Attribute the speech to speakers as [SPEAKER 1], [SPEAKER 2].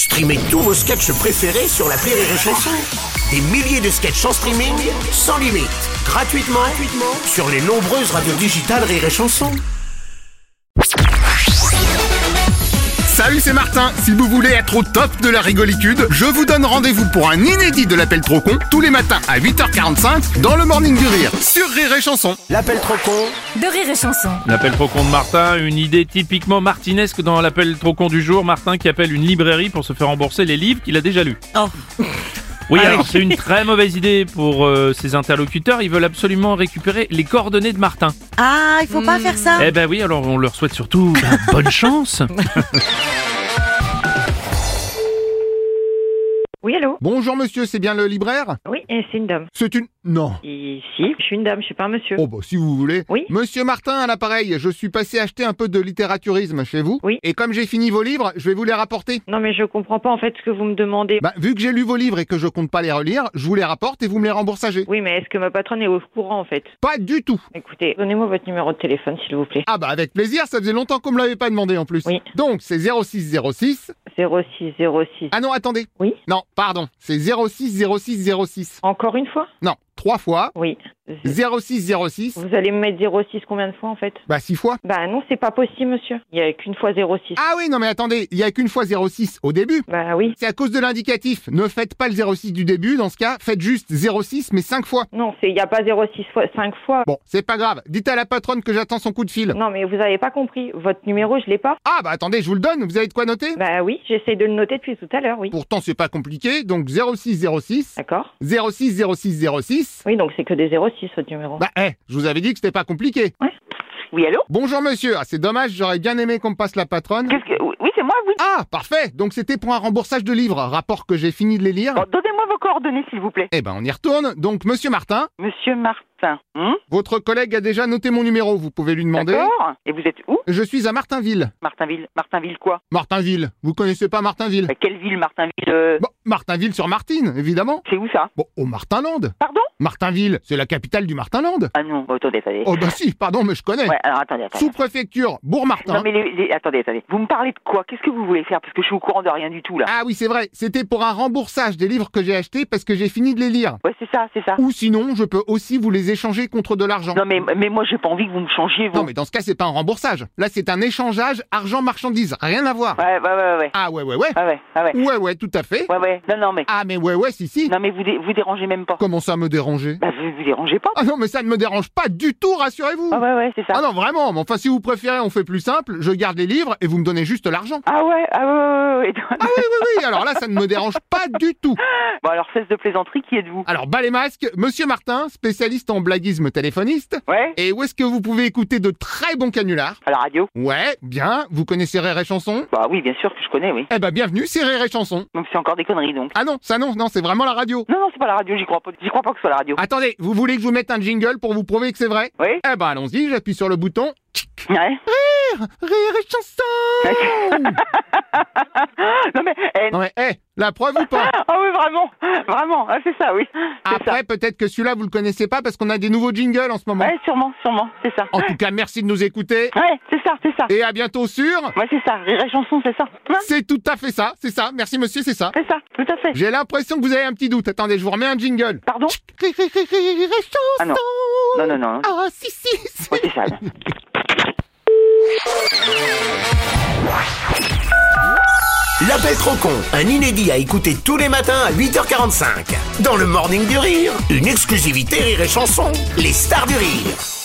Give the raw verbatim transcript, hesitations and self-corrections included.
[SPEAKER 1] Streamez tous vos sketchs préférés sur l'appli Rire et Chanson. Des milliers de sketchs en streaming, sans limite, gratuitement, gratuitement sur les nombreuses radios digitales Rire et Chanson.
[SPEAKER 2] Salut, c'est Martin. Si vous voulez être au top de la rigolitude, je vous donne rendez-vous pour un inédit de l'appel trop con tous les matins à huit heures quarante-cinq dans le Morning du Rire sur Rire et Chanson.
[SPEAKER 1] L'appel trop con
[SPEAKER 3] de Rire et Chanson.
[SPEAKER 4] L'appel trop con de Martin, une idée typiquement martinesque dans l'appel trop con du jour. Martin qui appelle une librairie pour se faire rembourser les livres qu'il a déjà lus.
[SPEAKER 3] Oh.
[SPEAKER 4] Oui,
[SPEAKER 3] Ah
[SPEAKER 4] alors
[SPEAKER 3] oui.
[SPEAKER 4] c'est une très mauvaise idée pour euh, ses interlocuteurs. Ils veulent absolument récupérer les coordonnées de Martin.
[SPEAKER 3] Ah, il faut pas faire ça.
[SPEAKER 4] Eh ben oui, alors on leur souhaite surtout ben, bonne chance.
[SPEAKER 5] Oui, allô?
[SPEAKER 2] Bonjour monsieur, c'est bien le libraire?
[SPEAKER 5] Oui, et c'est une dame.
[SPEAKER 2] C'est une... Non.
[SPEAKER 5] Ici, je suis une dame, je suis pas un monsieur.
[SPEAKER 2] Oh bah si vous voulez.
[SPEAKER 5] Oui.
[SPEAKER 2] Monsieur Martin à l'appareil, je suis passé acheter un peu de littératourisme chez vous.
[SPEAKER 5] Oui.
[SPEAKER 2] Et comme j'ai fini vos livres, je vais vous les rapporter.
[SPEAKER 5] Non, mais je comprends pas en fait ce que vous me demandez.
[SPEAKER 2] Bah vu que j'ai lu vos livres et que je compte pas les relire, je vous les rapporte et vous me les remboursagez.
[SPEAKER 5] Oui, mais est-ce que ma patronne est au courant en fait?
[SPEAKER 2] Pas du tout.
[SPEAKER 5] Écoutez, donnez-moi votre numéro de téléphone s'il vous plaît.
[SPEAKER 2] Ah bah avec plaisir, ça faisait longtemps qu'on me l'avait pas demandé en plus.
[SPEAKER 5] Oui.
[SPEAKER 2] Donc c'est zéro six zéro six...
[SPEAKER 5] zéro six zéro six.
[SPEAKER 2] Ah non, attendez.
[SPEAKER 5] Oui.
[SPEAKER 2] Non, pardon, c'est zéro six zéro six zéro six.
[SPEAKER 5] Encore une fois?
[SPEAKER 2] Non, trois fois.
[SPEAKER 5] Oui.
[SPEAKER 2] zéro six zéro six.
[SPEAKER 5] Vous allez me mettre zéro six combien de fois en fait?
[SPEAKER 2] Bah six fois.
[SPEAKER 5] Bah non, c'est pas possible monsieur. Il y a qu'une fois zéro six.
[SPEAKER 2] Ah oui, non mais attendez, il y a qu'une fois zéro six au début.
[SPEAKER 5] Bah oui.
[SPEAKER 2] C'est à cause de l'indicatif. Ne faites pas le zéro six du début, dans ce cas, faites juste zéro six mais cinq fois.
[SPEAKER 5] Non, c'est il y a pas zéro six fois cinq fois.
[SPEAKER 2] Bon, c'est pas grave. Dites à la patronne que j'attends son coup de fil.
[SPEAKER 5] Non, mais vous avez pas compris. Votre numéro, je l'ai pas.
[SPEAKER 2] Ah bah attendez, je vous le donne, vous avez de quoi noter?
[SPEAKER 5] Bah oui, j'essaie de le noter depuis tout à l'heure, oui.
[SPEAKER 2] Pourtant c'est pas compliqué, donc zéro six zéro six,
[SPEAKER 5] D'accord.
[SPEAKER 2] zéro six zéro six zéro six.
[SPEAKER 5] Oui, donc c'est que des zéro six votre numéro.
[SPEAKER 2] Bah eh, je vous avais dit que c'était pas compliqué.
[SPEAKER 5] Oui, allô?
[SPEAKER 2] Bonjour monsieur, ah c'est dommage, j'aurais bien aimé qu'on me passe la patronne.
[SPEAKER 6] Qu'est-ce que... Oui, c'est moi, oui.
[SPEAKER 2] Ah, parfait. Donc c'était pour un remboursage de livres, rapport que j'ai fini de les lire.
[SPEAKER 6] Bon, donnez-moi vos coordonnées, s'il vous plaît.
[SPEAKER 2] Eh ben on y retourne. Donc monsieur Martin,
[SPEAKER 6] Monsieur Martin. Hum
[SPEAKER 2] votre collègue a déjà noté mon numéro, vous pouvez lui demander.
[SPEAKER 6] D'accord. Et vous êtes où?
[SPEAKER 2] Je suis à Martinville.
[SPEAKER 6] Martinville. Martinville quoi?
[SPEAKER 2] Martinville, vous connaissez pas Martinville?
[SPEAKER 6] Euh, Quelle ville, Martinville euh...
[SPEAKER 2] Bon, Martinville sur Martine, évidemment.
[SPEAKER 6] C'est où ça?
[SPEAKER 2] Bon, au Martinland.
[SPEAKER 6] Pardon?
[SPEAKER 2] Martinville, c'est la capitale du Martinland.
[SPEAKER 6] Ah non, bon, attendez, attendez.
[SPEAKER 2] Oh bah si, pardon, mais je connais.
[SPEAKER 6] Ouais, alors attendez, attendez.
[SPEAKER 2] Sous-préfecture, Bourg-Martin.
[SPEAKER 6] Non mais les, les- attendez, attendez. Vous me parlez de quoi? Qu'est-ce que vous voulez faire? Parce que je suis au courant de rien du tout là.
[SPEAKER 2] Ah oui, c'est vrai, c'était pour un remboursage des livres que j'ai achetés parce que j'ai fini de les lire.
[SPEAKER 6] Ouais, c'est ça, c'est ça.
[SPEAKER 2] Ou sinon, je peux aussi vous les échanger contre de l'argent.
[SPEAKER 6] Non mais, mais moi j'ai pas envie que vous me changiez vos...
[SPEAKER 2] Non, mais dans ce cas, c'est pas un remboursage. Là, c'est un échangeage argent-marchandise. Rien à voir.
[SPEAKER 6] Ouais, ouais, ouais, ouais.
[SPEAKER 2] Ah ouais, ouais, ouais.
[SPEAKER 6] Ah ouais, ah ouais.
[SPEAKER 2] Ouais, ouais, tout à fait.
[SPEAKER 6] Ouais, ouais. Non, non mais...
[SPEAKER 2] Ah, mais ouais, ouais, si, si.
[SPEAKER 6] Non mais vous, dé- vous dérangez même pas.
[SPEAKER 2] Comment ça me déranger?
[SPEAKER 6] Bah vous, vous dérangez pas.
[SPEAKER 2] Ah non, mais ça ne me dérange pas du tout, rassurez-vous.
[SPEAKER 6] Ah ouais, ouais, c'est ça.
[SPEAKER 2] Ah non, vraiment. Mais enfin, si vous préférez, on fait plus simple. Je garde les livres et vous me donnez juste l'argent.
[SPEAKER 6] Ah ouais, ah ouais, ouais, ouais, ouais.
[SPEAKER 2] Ah oui, oui, oui. Alors là, ça ne me dérange pas du tout.
[SPEAKER 6] Bon alors, cesse de plaisanterie, qui êtes-vous?
[SPEAKER 2] Alors, bas les masques, Monsieur Martin, spécialiste en blaguisme téléphoniste.
[SPEAKER 6] Ouais.
[SPEAKER 2] Et où est-ce que vous pouvez écouter de très bons canulars?
[SPEAKER 6] À la radio?
[SPEAKER 2] Ouais, bien. Vous connaissez Rire et Chanson?
[SPEAKER 6] Bah oui, bien sûr que je connais, oui.
[SPEAKER 2] Eh ben, bienvenue, c'est Rire et Chanson.
[SPEAKER 6] Donc c'est encore des conneries, donc.
[SPEAKER 2] Ah non, ça non, non, c'est vraiment la radio.
[SPEAKER 6] Non, non, c'est pas la radio, j'y crois pas. J'y crois pas que ce soit la radio.
[SPEAKER 2] Attendez, vous voulez que je vous mette un jingle pour vous prouver que c'est vrai?
[SPEAKER 6] Oui?
[SPEAKER 2] Eh ben, allons-y, j'appuie sur le bouton.
[SPEAKER 6] Ouais.
[SPEAKER 2] Rire, Rire et Chanson.
[SPEAKER 6] Non mais, eh,
[SPEAKER 2] Ouais, eh, la preuve ou pas?
[SPEAKER 6] ah oui, vraiment, vraiment, ah, c'est ça, oui. C'est
[SPEAKER 2] Après, peut-être que celui-là, vous le connaissez pas parce qu'on a des nouveaux jingles en ce
[SPEAKER 6] ça.
[SPEAKER 2] moment.
[SPEAKER 6] Ouais, sûrement, sûrement, c'est ça.
[SPEAKER 2] En tout cas, merci de nous écouter.
[SPEAKER 6] Ouais, c'est ça, c'est ça.
[SPEAKER 2] Et à bientôt sur...
[SPEAKER 6] Ouais, c'est ça. Rire et chanson, c'est ça. Hein,
[SPEAKER 2] C'est tout à fait ça, c'est ça. Merci monsieur, c'est ça.
[SPEAKER 6] c'est ça, tout à fait.
[SPEAKER 2] J'ai l'impression que vous avez un petit doute. Attendez, je vous remets un jingle.
[SPEAKER 6] Pardon?
[SPEAKER 2] Rire, rire, rire, rire et Chanson.
[SPEAKER 6] Ah non. Non, non, non.
[SPEAKER 2] Ah si, si, si.
[SPEAKER 6] Ouais, c'est ça.
[SPEAKER 1] L'appel trop con, un inédit à écouter tous les matins à huit heures quarante-cinq. Dans le Morning du Rire, une exclusivité Rire et Chanson, les stars du rire.